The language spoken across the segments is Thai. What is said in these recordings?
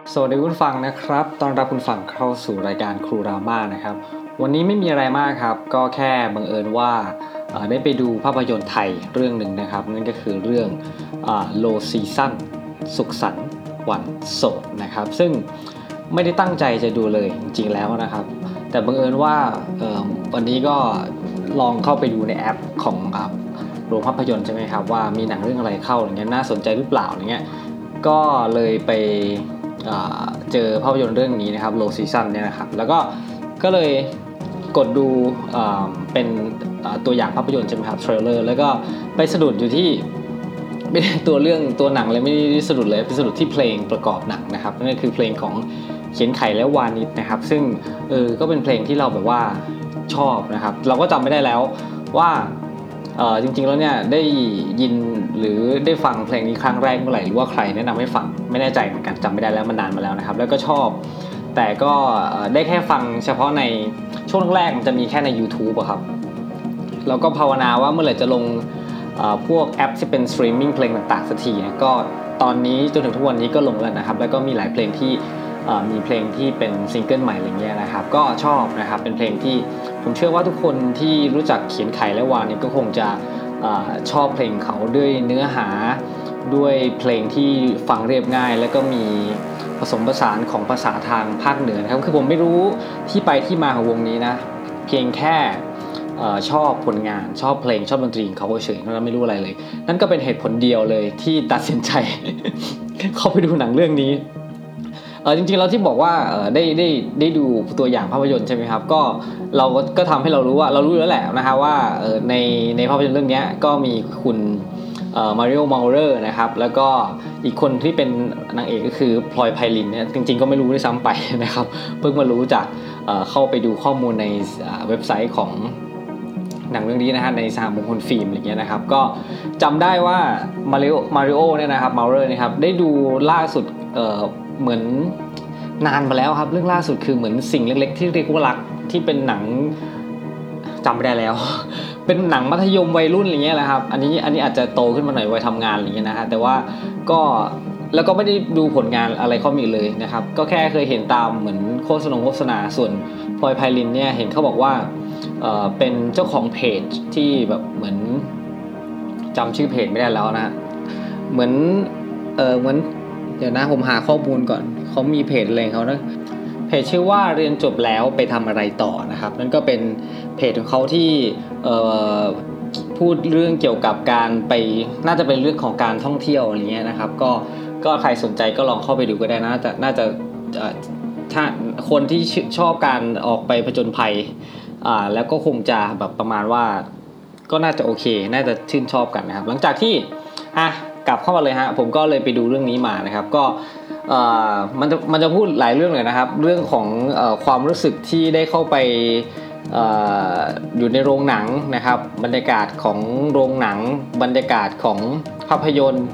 สวัสดีคุณฟังนะครับต้อนรับคุณฟังเข้าสู่รายการครูราม่านะครับวันนี้ไม่มีอะไรมากครับก็แค่บังเอิญว่าได้ไปดูภาพยนตร์ไทยเรื่องหนึ่งนะครับนั่นก็คือเรื่องLow Season สุขสันต์วันโสดนะครับซึ่งไม่ได้ตั้งใจจะดูเลยจริงๆแล้วนะครับแต่บังเอิญว่าวันนี้ก็ลองเข้าไปดูในแอปของโรงภาพยนตร์ใช่ไหมครับว่ามีหนังเรื่องอะไรเข้าอย่างเงี้ยน่าสนใจหรือเปล่าอย่างเงี้ยก็เลยไปเจอภาพยนตร์เรื่องนี้นะครับ Low Season เนี่ยนะครับแล้วก็เลยกดดูเป็นตัวอย่างภาพยนตร์ใช่ไหมครับเทรลเลอร์แล้วก็ไปสะดุดอยู่ที่ไม่ได้ตัวหนังเลยไม่ได้สะดุดเลยไปสะดุดที่เพลงประกอบหนังนะครับนั่นคือเพลงของเขียนไข่และวานิชนะครับซึ่งก็เป็นเพลงที่เราแบบว่าชอบนะครับเราก็จำไม่ได้แล้วว่าจริงๆแล้วเนี่ยได้ยินหรือได้ฟังเพลงนี้ครั้งแรกเมื่อไหร่หรือว่าใครแนะนำให้ฟังไม่แน่ใจเหมือนกันจำไม่ได้แล้วมันนานมาแล้วนะครับแล้วก็ชอบแต่ก็ได้แค่ฟังเฉพาะในช่วงแรกมันจะมีแค่ใน YouTube อะครับแล้วก็ภาวนาว่าเมื่อไหร่จะลงพวกแอปที่เป็นสตรีมมิ่งเพลงต่างๆสักทีก็ตอนนี้จนถึงทุกวันนี้ก็ลงแล้วนะครับแล้วก็มีหลายเพลงที่มีเพลงที่เป็นซิงเกิลใหม่อะไรเงี้ยนะครับก็ชอบนะครับเป็นเพลงที่ผมเชื่อว่าทุกคนที่รู้จักเขียนไข่และวานิชก็คงจะชอบเพลงเขาด้วยเนื้อหาด้วยเพลงที่ฟังเรียบง่ายแล้วก็มีผสมผสานของภาษาทางภาคเหนือนะครับคือผมไม่รู้ที่ไปที่มาของวงนี้นะเพียงแค่ชอบผลงานชอบเพลงชอบดนตรีของเขาเฉยๆนั้นไม่รู้อะไรเลยนั่นก็เป็นเหตุผลเดียวเลยที่ตัดสินใจ เข้าไปดูหนังเรื่องนี้จริงๆแล้วที่บอกว่าได้ดูตัวอย่างภาพยนตร์ใช่ไหมครับเราก็ทำให้เรารู้ว่าเรารู้แล้วแหละนะฮะว่าในภาพยนตร์เรื่องนี้ก็มีคุณมาริโอเมาเลอร์นะครับแล้วก็อีกคนที่เป็นนางเอกก็คือพลอยไพลินเนี่ยจริงๆก็ไม่รู้ด้วยซ้ำไปนะครับเพิ่งมารู้จากเข้าไปดูข้อมูลในเว็บไซต์ของหนังเรื่องนี้นะฮะในสหมงคลฟิล์มอะไรเงี้ยนะครับก็จำได้ว่ามาริโอเนี่ยนะครับเมาเลอร์นะครับได้ดูล่าสุดเหมือนนานมาแล้วครับเรื่องล่าสุดคือเหมือนสิ่งเล็กๆที่เรียกว่ารักที่เป็นหนังจำไม่ได้แล้วเป็นหนังมัธยมวัยรุ่นอะไรเงี้ยแหละครับอันนี้อาจจะโตขึ้นมาหน่อยวัยทำงานอะไรเงี้ยนะฮะแต่ว่าก็แล้วก็ไม่ได้ดูผลงานอะไรเขามีเลยนะครับก็แค่เคยเห็นตามเหมือนโฆษณาส่วนพลอยไพลินเนี่ยเห็นเขาบอกว่าเป็นเจ้าของเพจที่แบบเหมือนจำชื่อเพจไม่ได้แล้วนะเหมือนเดี๋ยวนะผมหาข้อมูลก่อนเขามีเพจอะไรของเขานะเพจชื่อว่าเรียนจบแล้วไปทำอะไรต่อนะครับนั่นก็เป็นเพจของเขาที่พูดเรื่องเกี่ยวกับการไปน่าจะเป็นเรื่องของการท่องเที่ยวอะไรเงี้ยนะครับก็ใครสนใจก็ลองเข้าไปดูก็ได้นะน่าจะถ้าคนที่ชอบการออกไปผจญภัยแล้วก็คงจะแบบประมาณว่าก็น่าจะโอเคน่าจะชื่นชอบกันนะครับหลังจากที่กลับเข้ามาเลยฮะผมก็เลยไปดูเรื่องนี้มานะครับก็มันจะพูดหลายเรื่องเลยนะครับเรื่องของความรู้สึกที่ได้เข้าไปอยู่ในโรงหนังนะครับบรรยากาศของโรงหนังบรรยากาศของภาพยนตร์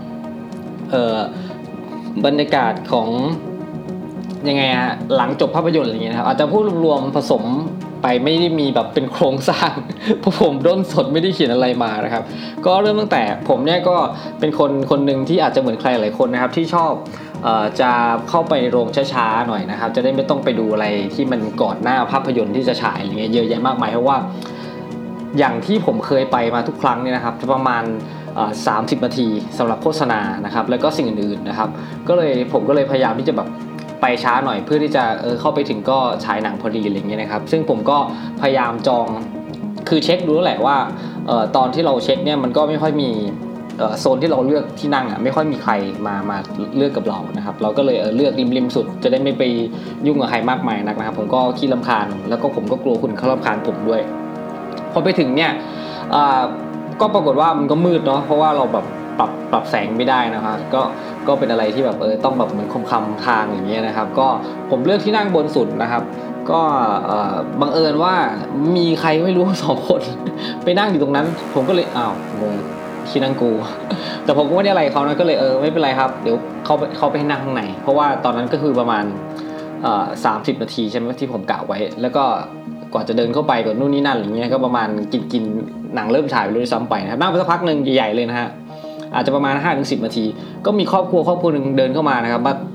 บรรยากาศของยังไงฮะหลังจบภาพยนตร์อะไรอย่างเงี้ยนะครับอาจจะพูดรวมๆผสมไปไม่ได้มีแบบเป็นโครงสร้างเพราะผมด้นสดไม่ได้เขียนอะไรมานะครับก็เริ่มตั้งแต่ผมเนี่ยก็เป็นคนหนึ่งที่อาจจะเหมือนใครหลายคนนะครับที่ชอบจะเข้าไปโรงช้าๆหน่อยนะครับจะได้ไม่ต้องไปดูอะไรที่มันก่อนหน้าภาพยนตร์ที่จะฉายอะไรเงี้ยเยอะแยะมากมายเพราะว่าอย่างที่ผมเคยไปมาทุกครั้งเนี่ยนะครับจะประมาณ30 นาทีสำหรับโฆษณานะครับแล้วก็สิ่งอื่นๆนะครับผมก็เลยพยายามที่จะแบบไปช้าหน่อยเพื่อที่จะเข้าไปถึงก็ฉายหนังพอดีอะไรเงี้ยนะครับซึ่งผมก็พยายามจองคือเช็คดูแล้วแหละว่าตอนที่เราเช็คเนี่ยมันก็ไม่ค่อยมีโซนที่เราเลือกที่นั่งไม่ค่อยมีใครมาเลือกกับเรานะครับเราก็เลยเลือกริมสุดจะได้ไม่ไปยุ่งกับใครมากมายนักนะครับผมก็ขี้รำคาญแล้วก็ผมก็กลัวคุณเขารำคาญผมด้วยพอไปถึงเนี่ยก็ปรากฏว่ามันก็มืดเนาะเพราะว่าเราแบบปรับแสงไม่ได้นะครับก็เป็นอะไรที่แบบต้องแบบเหมือนคำทางอย่างเงี้ยนะครับก็ผมเลือกที่นั่งบนสุดนะครับก็บังเอิญว่ามีใครไม่รู้2 คนไปนั่งอยู่ตรงนั้นผมก็เลยงงที่นั่งกูแต่ผมก็ไม่ได้อะไรเขานะก็เลยไม่เป็นไรครับเดี๋ยวเขาไปให้นั่งข้างในเพราะว่าตอนนั้นก็คือประมาณ30 นาทีใช่ไหมที่ผมกะไว้แล้วก็กว่าจะเดินเข้าไปก่อนนู่นนี่นั่นอะไรเงี้ยก็ประมาณกินหนังเริ่มฉายไปเลยซ้ำไปนะครับนั่งไปสักพักนึงใหญ่ๆเลยนะฮะอาจจะประมาณ 5-10 นาทีก็มีครอบครัวนึงเดินเข้ามานะครับ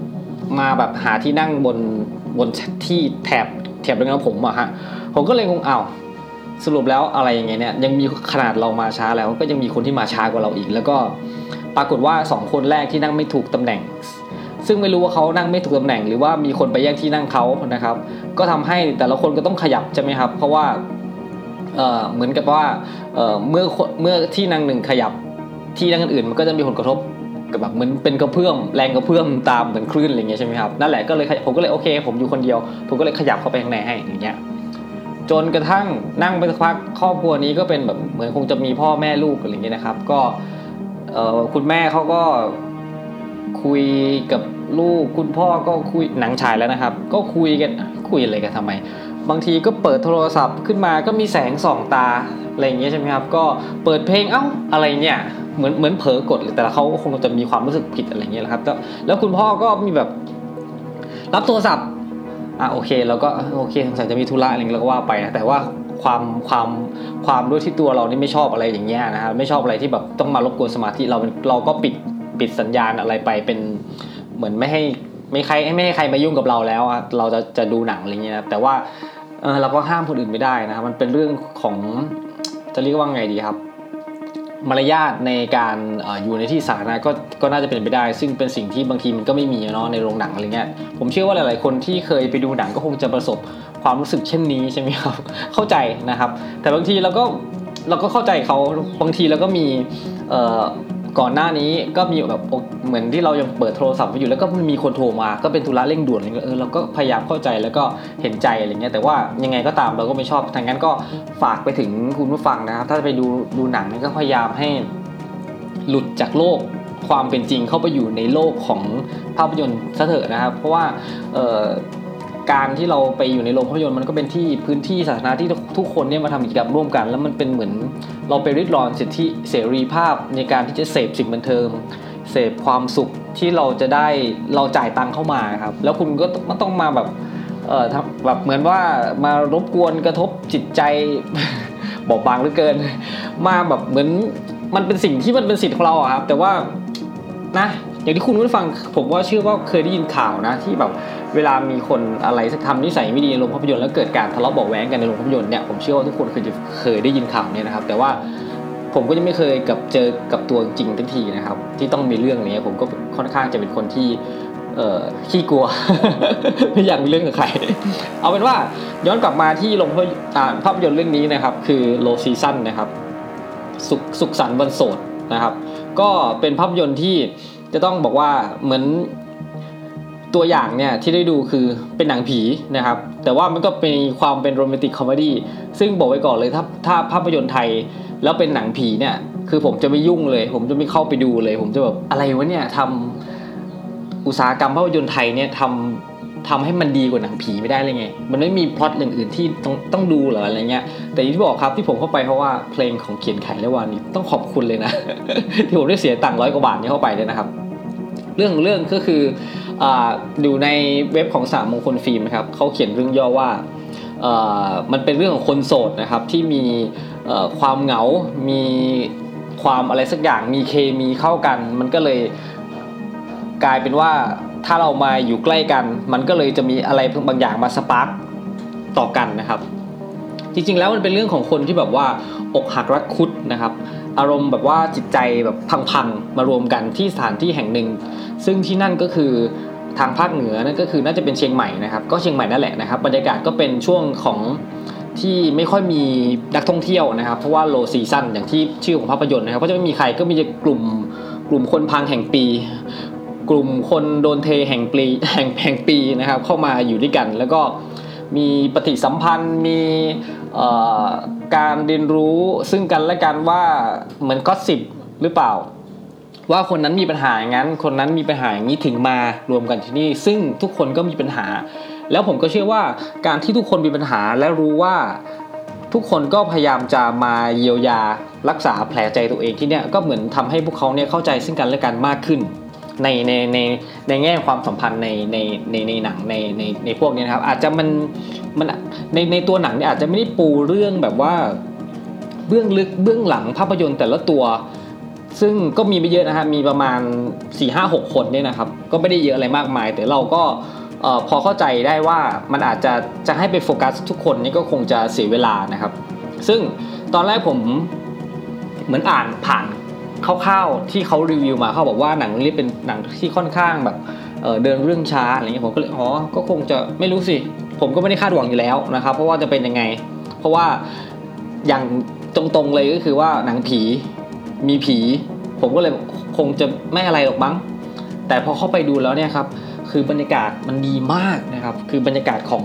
มาแบบหาที่นั่งบนที่แถบเรื่องผมอะฮะผมก็เลยงงสรุปแล้วอะไรอย่างเงี้ยเนี่ยยังมีขนาดเรามาช้าแล้วก็ยังมีคนที่มาช้ากว่าเราอีกแล้วก็ปรากฏว่า2คนแรกที่นั่งไม่ถูกตำแหน่งซึ่งไม่รู้ว่าเขานั่งไม่ถูกตำแหน่งหรือว่ามีคนไปแย่งที่นั่งเขานะครับก็ทำให้แต่ละคนก็ต้องขยับใช่ไหมครับเพราะว่าเหมือนกับว่าเมื่อที่นั่งหนึ่งขยับที่นั่งอื่นมันก็จะมีผลกระทบกับแบบเหมือนเป็นกระเพื่อมแรงกระเพื่อมตามเหมือนคลื่นอะไรเงี้ยใช่ไหมครับนั่นแหละก็เลยผมก็เลยโอเคผมอยู่คนเดียวผมก็เลยขยับเข้าไปข้างในให้อย่างเงี้ยจนกระทั่งนั่งไปสักพักครอบครัวนี้ก็เป็นแบบเหมือนคงจะมีพ่อแม่ลูกอะไรเงี้ยนะครับก็คุณแม่เขาก็คุยกับลูกคุณพ่อก็คุยหนังฉายแล้วนะครับก็คุยอะไรกันทำไมบางทีก็เปิดโทรศัพท์ขึ้นมาก็มีแสงส่องตาอะไรอย่างเงี้ยใช่ไหมครับก็เปิดเพลงอะไรเนี่ยเหมือนเผลอกดเลยแต่เขาก็คงจะมีความรู้สึกผิดอะไรเงี้ยครับแล้วคุณพ่อก็มีแบบรับโทรศัพท์โอเคแล้วก็โอเคสงสัยจะมีธุระอะไรเงี้ยเราก็ว่าไปนะแต่ว่าความด้วยที่ตัวเรานี่ไม่ชอบอะไรอย่างเงี้ยนะครับไม่ชอบอะไรที่แบบต้องมารบกวนสมาธิเราก็ปิดสัญญาณอะไรไปเป็นเหมือนไม่ให้ใครมายุ่งกับเราแล้วเราจะดูหนังอะไรเงี้ยนะแต่ว่าเราก็ห้ามคนอื่นไม่ได้นะครับมันเป็นเรื่องของจะเรียกว่าไงดีครับมารยาทในการอยู่ในที่สาธารณะก็น่าจะเป็นไปได้ซึ่งเป็นสิ่งที่บางทีมันก็ไม่มีเนาะในโรงหนังอะไรเงี้ยผมเชื่อว่าหลายๆคนที่เคยไปดูหนังก็คงจะประสบความรู้สึกเช่นนี้ใช่ไหมครับเข้าใจนะครับแต่บางทีเราก็เข้าใจเขาบางทีเราก็มีก่อนหน้านี้ก็มีแบบเหมือนที่เรายังเปิดโทรศัพท์ไว้อยู่แล้วก็มีคนโทรมาก็เป็นธุระเร่งด่วนอะไรเงี้ยเราก็พยายามเข้าใจแล้วก็เห็นใจอะไรเงี้ยแต่ว่ายังไงก็ตามเราก็ไม่ชอบทางนั้นก็ฝากไปถึงคุณผู้ฟังนะครับถ้าไปดูหนังนี่ก็พยายามให้หลุดจากโลกความเป็นจริงเข้าไปอยู่ในโลกของภาพยนตร์ซะเถอะนะครับเพราะว่าการที่เราไปอยู่ในโรงภาพยนตร์มันก็เป็นที่พื้นที่สาธารณะที่ทุกคนเนี่ยมาทำกิจกรรมร่วมกันแล้วมันเป็นเหมือนเราไปริดรอนสิทธิเสรีภาพในการที่จะเสพสิ่งบันเทิงเสพความสุขที่เราจะได้เราจ่ายตังค์เข้ามาครับแล้วคุณก็ต้องมาแบบแบบเหมือนว่ามารบกวนกระทบจิตใจบอบบางเหลือเกินมาแบบเหมือนมันเป็นสิ่งที่มันเป็นสิทธิ์ของเราครับแต่ว่านะอย่างที่คุณผู้ฟังผมว่าเชื่อว่าเคยได้ยินข่าวนะที่แบบเวลามีคนอะไรสักทำนิสัยไม่ดีในโรงภาพยนตร์แล้วเกิดการทะเลาะเบาะแว้งกันในโรงภาพยนตร์เนี่ยผมเชื่อว่าทุกคนเคยได้ยินข่าวเนี่ยนะครับแต่ว่าผมก็ยังไม่เคยเจอกับตัวจริงทันทีนะครับที่ต้องมีเรื่องนี้ผมก็ค่อนข้างจะเป็นคนที่ขี้กลัว ไม่อยากมีเรื่องกับใคร เอาเป็นว่าย้อนกลับมาที่โรงภาพยนตร์เรื่องนี้นะครับคือ Low Season นะครับสุขสันต์วันโสดนะครับก็เป็นภาพยนตร์ที่จะต้องบอกว่าเหมือนตัวอย่างเนี่ยที่ได้ดูคือเป็นหนังผีนะครับแต่ว่ามันก็มีความเป็นโรแมนติกคอมเมดี้ซึ่งบอกไว้ก่อนเลยถ้าภาพยนตร์ไทยแล้วเป็นหนังผีเนี่ยคือผมจะไม่ยุ่งเลยผมจะไม่เข้าไปดูเลยผมจะแบบอะไรวะเนี่ยทำอุตสาหกรรมภาพยนตร์ไทยเนี่ยทำให้มันดีกว่าหนังผีไม่ได้เลยไงมันไม่มีพล็อตอื่นๆที่ต้องดูหรออะไรเงี้ยแต่อย่างที่บอกครับที่ผมเข้าไปเพราะว่าเพลงของเขียนไขและวานิชต้องขอบคุณเลยนะ ที่ผมได้เสียตังค์100 กว่าบาทนี้เข้าไปเลยนะครับเรื่องก็คืออยู่ในเว็บของสามมงคลฟิล์มนะครับเขาเขียนเรื่องย่อว่ามันเป็นเรื่องของคนโสดนะครับที่มีความเหงามีความอะไรสักอย่างมีเคมีเข้ากันมันก็เลยกลายเป็นว่าถ้าเรามาอยู่ใกล้กันมันก็เลยจะมีอะไรบางอย่างมาสปาร์คต่อกันนะครับจริงๆแล้วมันเป็นเรื่องของคนที่แบบว่าอกหักรักคุดนะครับอารมณ์แบบว่าจิตใจแบบพังๆมารวมกันที่สถานที่แห่งหนึ่งซึ่งที่นั่นก็คือทางภาคเหนือนั่นก็คือน่าจะเป็นเชียงใหม่นะครับก็เชียงใหม่นั่นแหละนะครับบรรยากาศก็เป็นช่วงของที่ไม่ค่อยมีนักท่องเที่ยวนะครับเพราะว่า low season อย่างที่ชื่อของภาพยนตร์นะครับก็จะไม่มีใครก็มีแต่กลุ่มคนพังแห่งปีกลุ่มคนโดนเทแห่งปีนะครับเข้ามาอยู่ด้วยกันแล้วก็มีปฏิสัมพันธ์มีการเรียนรู้ซึ่งกันและกันว่าเหมือนก็สิบหรือเปล่าว่าคนนั้นมีปัญหาอย่างนั้นคนนั้นมีปัญหาอย่างนี้ถึงมารวมกันที่นี่ซึ่งทุกคนก็มีปัญหาแล้วผมก็เชื่อว่าการที่ทุกคนมีปัญหาและรู้ว่าทุกคนก็พยายามจะมาเยียวยารักษาแผลใจตัวเองที่เนี่ยก็เหมือนทำให้พวกเขาเนี่ยเข้าใจซึ่งกันและกันมากขึ้นในแง่ความสัมพันธ์ในหนังในพวกนี้นะครับอาจจะมันในตัวหนังเนี่ยอาจจะไม่ได้ปูเรื่องแบบว่าเบื้องลึกเบื้องหลังภาพยนตร์แต่ละตัวซึ่งก็มีไม่เยอะนะฮะมีประมาณ 4-5-6 คนเนี่ยนะครับก็ไม่ได้เยอะอะไรมากมายแต่เราก็พอเข้าใจได้ว่ามันอาจจะให้ไปโฟกัสทุกคนนี่ก็คงจะเสียเวลานะครับซึ่งตอนแรกผมเหมือนอ่านผ่านคร่าวๆที่เขารีวิวมาเขาบอกว่าหนังเรื่องนี้เป็นหนังที่ค่อนข้างแบบเดินเรื่องช้าอะไรเงี้ยผมก็เลยก็คงจะไม่รู้สิผมก็ไม่ได้คาดหวังอยู่แล้วนะครับเพราะว่าจะเป็นยังไงเพราะว่าอย่างตรงๆเลยก็คือว่าหนังผีมีผีผมก็เลยคงจะไม่อะไรหรอกมั้งแต่พอเข้าไปดูแล้วเนี่ยครับคือบรรยากาศมันดีมากนะครับคือบรรยากาศของ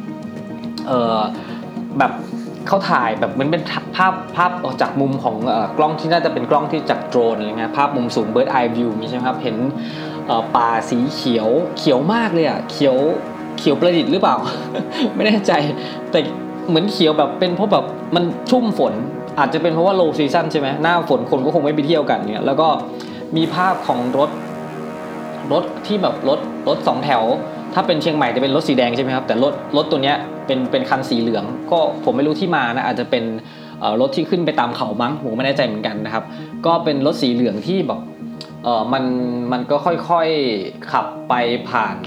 แบบเขาถ่ายแบบมันเป็นภาพออกจากมุมของกล้องที่น่าจะเป็นกล้องที่จากโดรนอะไรเงี้ยภาพมุมสูง Bird Eye View มีใช่ไหมครับเห็นป่าสีเขียวมากเลยอ่ะเขียวประดิษฐ์หรือเปล่า ไม่แน่ใจแต่เหมือนเขียวแบบเป็นเพราะแบบมันชุ่มฝนอาจจะเป็นเพราะว่า low season ใช่ไหมหน้าฝนคนก็คงไม่ไปเที่ยวกันเนี่ยแล้วก็มีภาพของรถที่แบบรถ2แถวถ้าเป็นเชียงใหม่จะเป็นรถสีแดงใช่ไหมครับแต่รถตัวเนี้ยเป็นคันสีเหลืองก็ผมไม่รู้ที่มานะอาจจะเป็นรถที่ขึ้นไปตามเขามั้งผมไม่แน่ใจเหมือนกันนะครับก็เป็นรถสีเหลืองที่แบบมันก็ค่อยๆขับไปผ่าน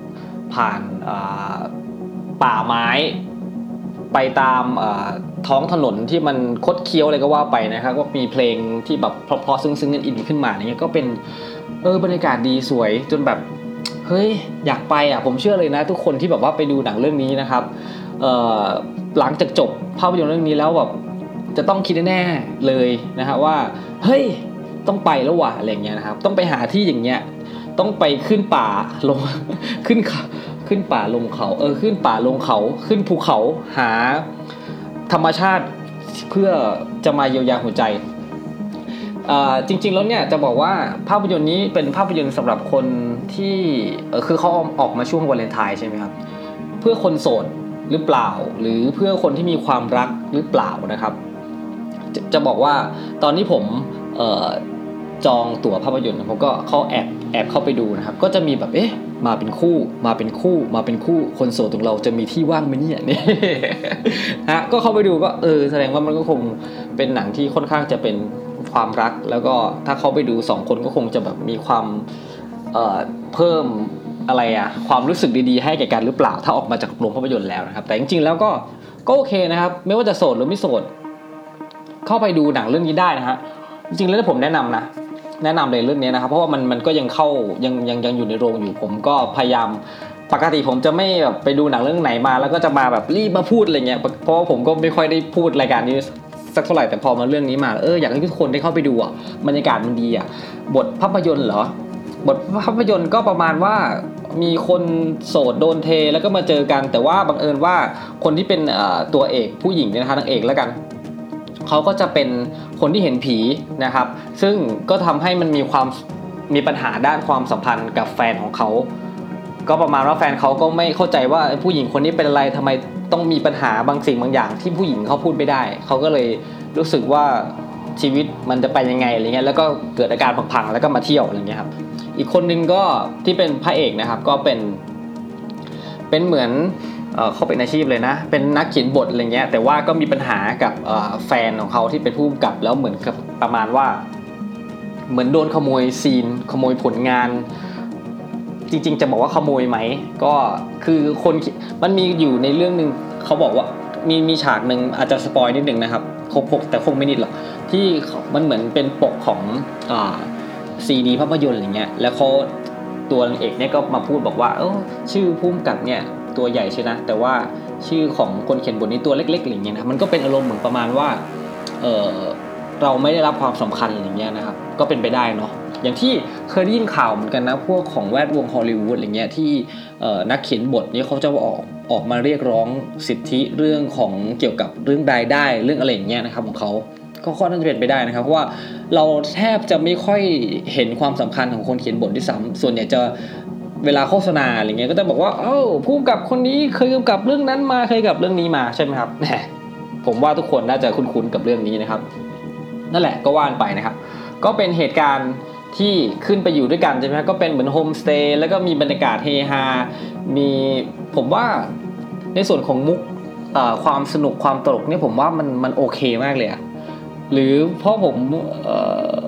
ป่าไม้ไปตามท้องถนนที่มันคดเคี้ยวอะไรก็ว่าไปนะครับก็มีเพลงที่แบบเพราะๆซึ้งๆอินขึ้นมาอย่างเงี้ยก็เป็นบรรยากาศดีสวยจนแบบเฮ้ยอยากไปอ่ะผมเชื่อเลยนะทุกคนที่แบบว่าไปดูหนังเรื่องนี้นะครับหลังจากจบภาพยนตร์เรื่องนี้แล้วแบบจะต้องคิดแน่ๆเลยนะฮะว่าเฮ้ยต้องไปแล้วว่ะอะไรเงี้ยนะครับต้องไปหาที่อย่างเงี้ยต้องไปขึ้นป่าลง ขึ้นป่าลงเขาขึ้นป่าลงเขาขึ้นภูเขาหาธรรมชาติเพื่อจะมาเยียวยาหัวใจจริงๆแล้วเนี่ยจะบอกว่าภาพยนตร์นี้เป็นภาพยนตร์สำหรับคนที่คือเขาออกมาช่วงวาเลนไทน์ใช่ไหมครับเพื่อคนโสดหรือเปล่าหรือเพื่อคนที่มีความรักหรือเปล่านะครับจะบอกว่าตอนที่ผมจองตั๋วภาพยนตร์ผมก็เข้าแอบเข้าไปดูนะครับก็จะมีแบบมาเป็นคู่คนโสดของเราจะมีที่ว่างไหมเนี่ยนี่ฮะก็เข้าไปดูก็แสดงว่ามันก็คงเป็นหนังที่ค่อนข้างจะเป็นความรักแล้วก็ถ้าเขาไปดู2คนก็คงจะแบบมีความเพิ่มอะไรความรู้สึกดีๆให้แก่กันหรือเปล่าถ้าออกมาจากโรงภาพยนตร์แล้วนะครับแต่จริงๆแล้วก็โอเคนะครับไม่ว่าจะโสดหรือไม่โสดเข้าไปดูหนังเรื่องนี้ได้นะฮะจริงๆแล้วผมแนะนำเลยเรื่องนี้นะครับเพราะว่ามันก็ยังเข้ายังอยู่ในโรงอยู่ผมก็พยายามปกติผมจะไม่แบบไปดูหนังเรื่องไหนมาแล้วก็จะมาแบบรีบมาพูดอะไรเงี้ยเพราะว่าผมก็ไม่ค่อยได้พูดรายการนี้สักเท่าไหร่แต่พอมาเรื่องนี้มาอยากให้ทุกคนได้เข้าไปดูบรรยากาศมันดีบทภาพยนตร์เหรอบทภาพยนตร์ก็ประมาณว่ามีคนโสดโดนเทแล้วก็มาเจอกันแต่ว่าบังเอิญว่าคนที่เป็นตัวเอกผู้หญิงเนี่ยนะคะนางเอกแล้วกันเขาก็จะเป็นคนที่เห็นผีนะครับซึ่งก็ทำให้มันมีปัญหาด้านความสัมพันธ์กับแฟนของเขาก็ประมาณว่าแฟนเขาก็ไม่เข้าใจว่าผู้หญิงคนนี้เป็นอะไรทำไมต้องมีปัญหาบางสิ่งบางอย่างที่ผู้หญิงเขาพูดไม่ได้เขาก็เลยรู้สึกว่าชีวิตมันจะไปยังไงอะไรเงี้ยแล้วก็เกิดอาการพังๆแล้วก็มาเที่ยวอะไรเงี้ยครับอีกคนนึงก็ที่เป็นพระเอกนะครับก็เป็นเหมือนเขาเป็นอาชีพเลยนะเป็นนักเขียนบทอะไรเงี้ยแต่ว่าก็มีปัญหากับแฟนของเขาที่เป็นผู้กำกับแล้วเหมือนกับประมาณว่าเหมือนโดนขโมยซีนขโมยผลงานจริงๆจะบอกว่าขโมยไหมก็คือคนมันมีอยู่ในเรื่องนึงเขาบอกว่ามีฉากนึงอาจจะสปอยนิดนึงนะครับแต่คงไม่นิดหรอกที่มันเหมือนเป็นปกของซีดีภาพยนตร์อะไรเงี้ยแล้วเขาตัวนางเอกเนี่ยก็มาพูดบอกว่าชื่อผู้กำกับเนี่ยตัวใหญ่ใช่นะแต่ว่าชื่อของคนเขียนบทนี้ตัวเล็กๆอะไรเงี้ยนะมันก็เป็นอารมณ์เหมือนประมาณว่าเราไม่ได้รับความสำคัญอะไรเงี้ยนะครับก็เป็นไปได้เนาะอย่างที่เคยได้ยินข่าวเหมือนกันนะพวกของแวดวงฮอลลีวูดอะไรเงี้ยที่นักเขียนบทนี้เขาจะออกมาเรียกร้องสิทธิเรื่องของเกี่ยวกับเรื่องรายได้เรื่องอะไรอย่างเงี้ยนะครับของเขาก็ค่อนข้างจะเป็นไปได้นะครับเพราะว่าเราแทบจะไม่ค่อยเห็นความสำคัญของคนเขียนบทที่ส่วนใหญ่จะเวลาโฆษณาอะไรเงี้ยก็จะบอกว่าผู้กำกับคนนี้เคยกำกับเรื่องนั้นมาเคยกำกับเรื่องนี้มาใช่ไหมครับผมว่าทุกคนน่าจะคุ้นๆกับเรื่องนี้นะครับนั่นแหละก็ว่านไปนะครับก็เป็นเหตุการณ์ที่ขึ้นไปอยู่ด้วยกันใช่ไหมก็เป็นเหมือนโฮมสเตย์แล้วก็มีบรรยากาศเฮฮามีผมว่าในส่วนของมุกความสนุกความตลกเนี่ยผมว่ามันโอเคมากเลยหรือเพราะผม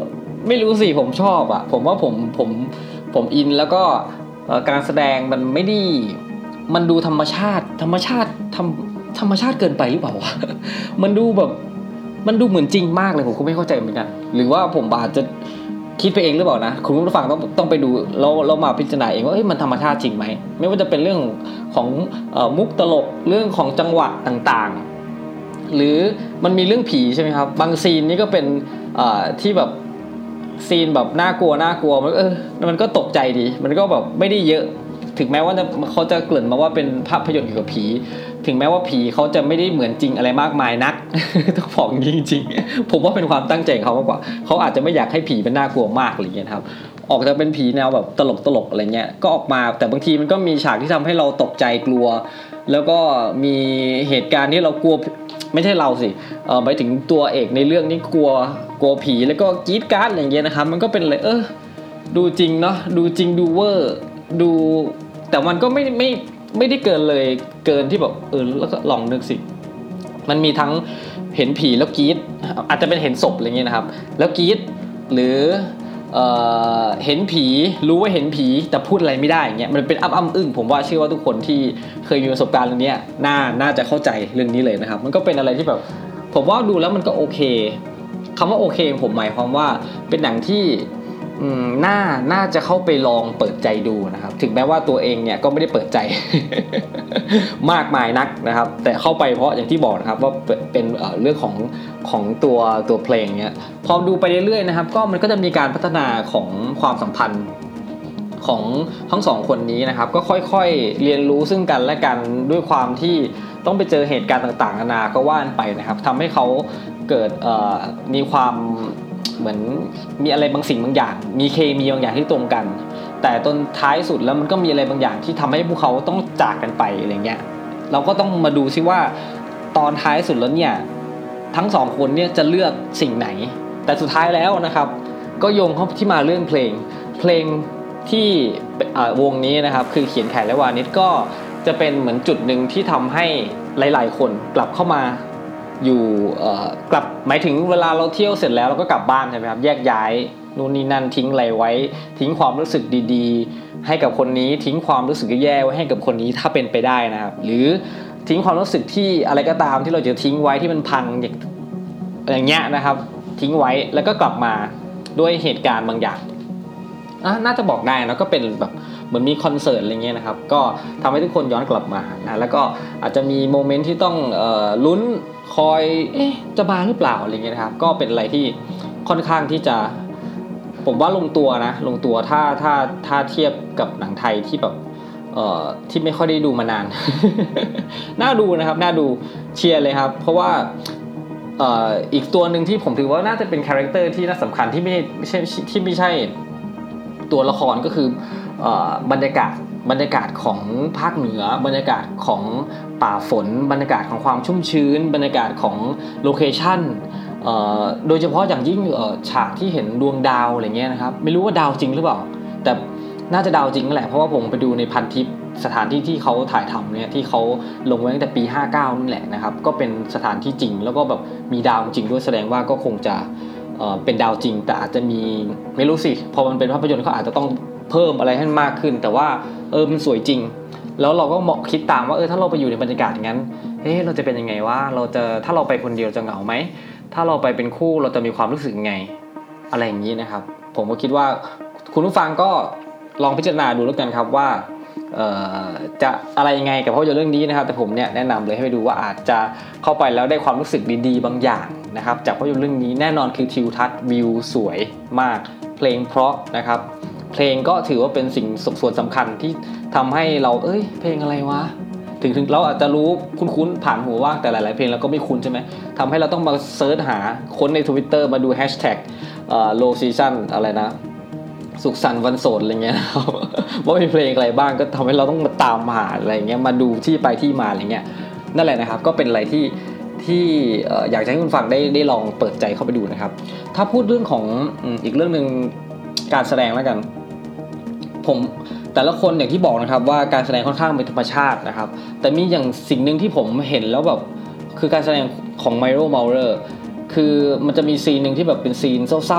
ไม่รู้สิผมชอบอ่ะผมว่าผมอินแล้วก็การแสดงมันไม่ได้มันดูธรรมชาติธรรมชาติเกินไปหรือเปล่าวะ มันดูแบบมันดูเหมือนจริงมากเลยผมก็ไม่เข้าใจเหมือนกันหรือว่าผมอาจจะคิดไปเองหรือเปล่านะคุณผู้ฟังต้องไปดูเรามาพิจารณาเองว่ามันธรรมชาติจริงไหมไม่ว่าจะเป็นเรื่องของมุกตลกเรื่องของจังหวะต่างๆหรือมันมีเรื่องผีใช่ไหมครับบางซีนนี่ก็เป็นที่แบบซีนแบบน่ากลัวมันก็ตกใจดีมันก็แบบไม่ได้เยอะถึงแม้ว่าเขาจะเกริ่นมาว่าเป็นภาพยนตร์เกี่ยวกับผีถึงแม้ว่าผีเขาจะไม่ได้เหมือนจริงอะไรมากมายนัก ต้องบอกจริงๆผมว่าเป็นความตั้งใจของเขามากกว่าเขาอาจจะไม่อยากให้ผีเป็นน่ากลัวมากอะไรเงี้ยครับออกจะเป็นผีแนวแบบตลกอะไรเงี้ยก็ออกมาแต่บางทีมันก็มีฉากที่ทำให้เราตกใจกลัวแล้วก็มีเหตุการณ์ที่เรากลัวไม่ใช่เราสิหมายถึงตัวเอกในเรื่องนี้กลัวผีแล้วก็กรี๊ดกราดอะไรเงี้ยนะครับมันก็เป็นเลยดูจริงเนาะดูจริงดูเวอร์ดูแต่มันก็ไม่ได้เกินเลยเกินที่แบบแล้วก็ลองนึกสิมันมีทั้งเห็นผีแล้วกรี๊ดอาจจะเป็นเห็นศพอะไรเงี้ยนะครับแล้วกรี๊ดหรือเห็นผีรู้ว่าเห็นผีแต่พูดอะไรไม่ได้อย่างเงี้ยมันเป็นอ้ำอึ้งผมว่าเชื่อว่าทุกคนที่เคยมีประสบการณ์เรื่องนี้น่าจะเข้าใจเรื่องนี้เลยนะครับมันก็เป็นอะไรที่แบบผมว่าดูแล้วมันก็โอเคคำว่าโอเคผมหมายความว่าเป็นหนังที่น่าจะเข้าไปลองเปิดใจดูนะครับถึงแม้ว่าตัวเองเนี่ยก็ไม่ได้เปิดใจ มากมายนักนะครับแต่เข้าไปเพราะอย่างที่บอกนะครับว่าเป็นเรื่องของตัวเพลงเนี่ยพอดูไปเรื่อยๆนะครับก็มันก็จะมีการพัฒนาของความสัมพันธ์ของทั้งสองคนนี้นะครับก็ค่อยๆเรียนรู้ซึ่งกันและกันด้วยความที่ต้องไปเจอเหตุการณ์ต่างๆนานาก็ว่านไปนะครับทำให้เขาเกิดมีความเหมือนมีอะไรบางสิ่งบางอย่างมีเคมีบางอย่างที่ตรงกันแต่ตอนท้ายสุดแล้วมันก็มีอะไรบางอย่างที่ทำให้พวกเขาต้องจากกันไปอะไรเงี้ยเราก็ต้องมาดูซิว่าตอนท้ายสุดแล้วเนี่ยทั้งสองคนเนี่ยจะเลือกสิ่งไหนแต่สุดท้ายแล้วนะครับก็โยงเข้าที่มาเรื่องเพลงที่วงนี้นะครับคือเขียนแขและวานิชก็จะเป็นเหมือนจุดหนึ่งที่ทำให้หลายๆคนกลับเข้ามาอยู่กลับหมายถึงเวลาเราเที่ยวเสร็จแล้วเราก็กลับบ้านใช่ไหมครับแยกย้ายนู่นนี่นั่นทิ้งอะไรไว้ทิ้งความรู้สึกดีๆให้กับคนนี้ทิ้งความรู้สึกแย่ๆไว้ให้กับคนนี้ถ้าเป็นไปได้นะครับหรือทิ้งความรู้สึกที่อะไรก็ตามที่เราจะทิ้งไว้ที่มันพังอย่างเงี้ยนะครับทิ้งไว้แล้วก็กลับมาด้วยเหตุการณ์บางอย่างน่าจะบอกได้นะก็เป็นแบบเหมือนมีคอนเสิร์ตอะไรเงี้ยนะครับก็ทำให้ทุกคนย้อนกลับมานะแล้วก็อาจจะมีโมเมนต์ที่ต้องลุ้นคอยจะมาหรือเปล่าอะไรเงี้ยนะครับก็เป็นอะไรที่ค่อนข้างที่จะผมว่าลงตัวถ้าเทียบกับหนังไทยที่แบบที่ไม่ค่อยได้ดูมานาน น่าดูนะครับน่าดูเชียร์เลยครับเพราะว่าอีกตัวหนึ่งที่ผมถือว่าน่าจะเป็นคาแรคเตอร์ที่น่าสำคัญที่ไม่ใช่ตัวละครก็คือบรรยากาศของภาคเหนือบรรยากาศของป่าฝนบรรยากาศของความชุ่มชื้นบรรยากาศของโลเคชั่นโดยเฉพาะอย่างยิ่งฉากที่เห็นดวงดาวอะไรเงี้ยนะครับไม่รู้ว่าดาวจริงหรือเปล่าแต่น่าจะดาวจริงนั่นแหละเพราะว่าผมไปดูในพันทิปสถานที่ที่เขาถ่ายทำเนี่ยที่เขาลงไว้ตั้งแต่ปี59นั่นแหละนะครับก็เป็นสถานที่จริงแล้วก็แบบมีดาวจริงด้วยแสดงว่าก็คงจะเป็นดาวจริงแต่อาจจะมีไม่รู้สิพอมันเป็นภาพยนตร์เขาอาจจะต้องเพิ่มอะไรให้มากขึ้นแต่ว่ามันสวยจริงแล้วเราก็คิดตามว่าถ้าเราไปอยู่ในบรรยากาศอย่างนั้นเราจะเป็นยังไงวะถ้าเราไปคนเดียวจะเหงาไหมถ้าเราไปเป็นคู่เราจะมีความรู้สึกยังไงอะไรอย่างนี้นะครับผมก็คิดว่าคุณผู้ฟังก็ลองพิจารณาดูแล้วกันครับว่าจะอะไรยังไงกับภาพยนตร์เรื่องนี้นะครับแต่ผมเนี่ยแนะนำเลยให้ไปดูว่าอาจจะเข้าไปแล้วได้ความรู้สึกดีๆบางอย่างนะครับจากภาพยนตร์เรื่องนี้แน่นอนคือทิวทัศน์วิวสวยมากเพลงเพราะนะครับเพลงก็ถือว่าเป็นสิ่งส่วนสำคัญที่ทำให้เราเพลงอะไรวะถึงเราอาจจะรู้คุ้นๆผ่านหูว่าแต่หลายๆเพลงเราก็ไม่คุ้นใช่ไหมทำให้เราต้องมาเซิร์ชหาค้นใน Twitter มาดูแฮชแท็กlow season อะไรนะสุขสันต์วันโสดอะไรเงี้ยนะครับว่ามีเพลงอะไรบ้างก็ทำให้เราต้องมาตามหาอะไรเงี้ยมาดูที่ไปที่มาอะไรเงี้ยนั่นแหละนะครับก็เป็นอะไรที่อยากจะให้คุณฟังได้ลองเปิดใจเข้าไปดูนะครับถ้าพูดเรื่องของอีกเรื่องนึงการแสดงแล้วกันผมแต่ละคนอย่างที่บอกนะครับว่าการแสดงค่อนข้างเป็นธรรมชาตินะครับแต่มีอย่างสิ่งนึงที่ผมเห็นแล้วแบบคือการแสดงของไมโร เมาเลอร์คือมันจะมีซีนนึงที่แบบเป็นซีนเศร้าๆ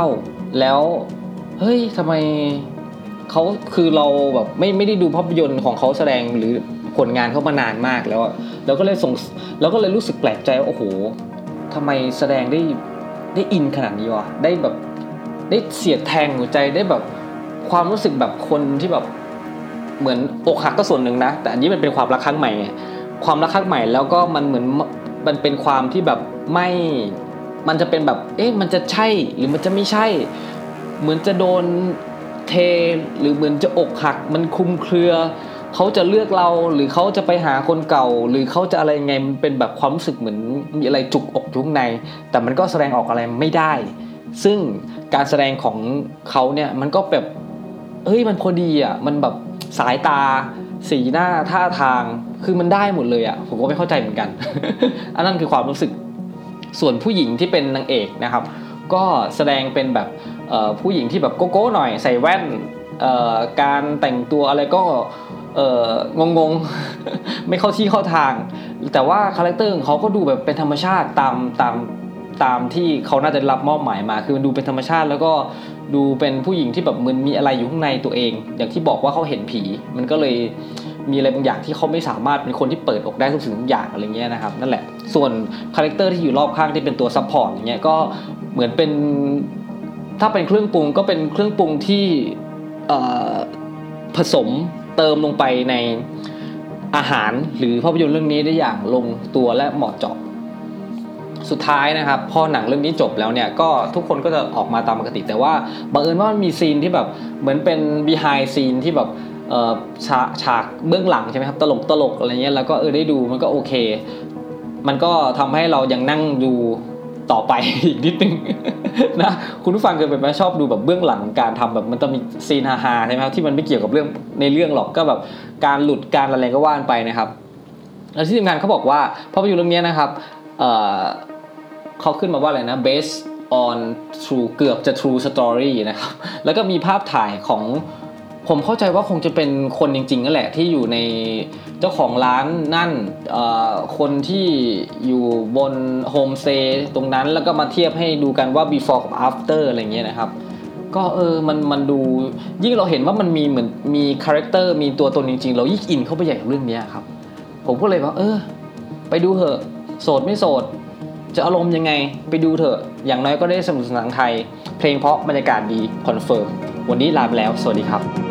แล้วเฮ้ยทำไมเขาคือเราแบบไม่ได้ดูภาพยนตร์ของเขาแสดงหรือผลงานเขามานานมากแล้วแล้วก็เลยรู้สึกแปลกใจว่าโอ้โหทำไมแสดงได้อินขนาดนี้วะได้แบบได้เสียดแทงหัวใจได้แบบความรู้สึกแบบคนที่แบบเหมือนอกหักก็ส่วนหนึ่งนะแต่อันนี้มันเป็นความรักครั้งใหม่ความรักครั้งใหม่แล้วก็มันเหมือนมันเป็นความที่แบบไม่มันจะเป็นแบบมันจะใช่หรือมันจะไม่ใช่เหมือนจะโดนเทหรือเหมือนจะอกหักมันคลุมเครือเขาจะเลือกเราหรือเขาจะไปหาคนเก่าหรือเขาจะอะไรไงมันเป็นแบบความรู้สึกเหมือนมีอะไรจุกอกอยู่ข้างในแต่มันก็แสดงออกอะไรไม่ได้ซึ่งการแสดงของเขาเนี่ยมันก็แบบมันพอดีอ่ะมันแบบสายตาสีหน้าท่าทางคือมันได้หมดเลยอ่ะผมก็ไม่เข้าใจเหมือนกัน อันนั้นคือความรู้สึกส่วนผู้หญิงที่เป็นนางเอกนะครับก็แสดงเป็นแบบผู้หญิงที่แบบโก๊ะๆหน่อยใส่แว่นการแต่งตัวอะไรก็งงๆ ไม่เข้าที่เข้าทางแต่ว่าคาแรคเตอร์ของเขาก็ดูแบบเป็นธรรมชาติตามที่เขาน่าจะรับมอบหมายมาคือมันดูเป็นธรรมชาติแล้วก็ดูเป็นผู้หญิงที่แบบมันมีอะไรอยู่ข้างในตัวเองอย่างที่บอกว่าเขาเห็นผีมันก็เลยมีอะไรบางอย่างที่เขาไม่สามารถเป็นคนที่เปิดอกได้ทุกสิ่งทุกอย่างอะไรเงี้ยนะครับนั่นแหละส่วนคาแรคเตอร์ที่อยู่รอบข้างที่เป็นตัวซัพพอร์ตอย่างเงี้ยก็เหมือนเป็นถ้าเป็นเครื่องปรุงก็เป็นเครื่องปรุงที่ผสมเติมลงไปในอาหารหรือภาพยนตร์เรื่องนี้ได้อย่างลงตัวและเหมาะเจาะสุดท้ายนะครับพอหนังเรื่องนี้จบแล้วเนี่ยก็ทุกคนก็จะออกมาตามปกติแต่ว่าบังเอิญว่ามันมีซีนที่แบบเหมือนเป็น behind scene ที่แบบฉากเบื้องหลังใช่ไหมครับตลกอะไรเงี้ยแล้วก็ได้ดูมันก็โอเคมันก็ทำให้เรายังนั่งดูต่อไป อีกนิดนึง นะคุณผู้ฟังเคยเป็นไหมชอบดูแบบเบื้องหลังการทำแบบมันจะมีซีนฮาๆใช่ไหมครับที่มันไม่เกี่ยวกับเรื่องในเรื่องหรอกก็แบบการหลุดการอะไรก็ว่านไปนะครับแล้วที่สำคัญเขาบอกว่าภาพยนตร์เรื่องนี้นะครับเขาขึ้นมาว่าอะไรนะ based on true เกือบจะ true story นะครับแล้วก็มีภาพถ่ายของผมเข้าใจว่าคงจะเป็นคนจริงๆนั่นแหละที่อยู่ในเจ้าของร้านนั่นคนที่อยู่บนโฮมสเตย์ตรงนั้นแล้วก็มาเทียบให้ดูกันว่า before กับ after อะไรเงี้ยนะครับก็มันดูยิ่งเราเห็นว่ามันมีเหมือนมีคาแรคเตอร์มีตัวตนจริงๆเรายิ่งอินเข้าไปใหญ่กับเรื่องนี้ครับผมก็เลยว่าไปดูเถอะโสดไม่โสดจะอารมณ์ยังไงไปดูเถอะอย่างน้อยก็ได้สนุกสนานไทยเพลงเพราะบรรยากาศดีคอนเฟิร์มวันนี้ลาไปแล้วสวัสดีครับ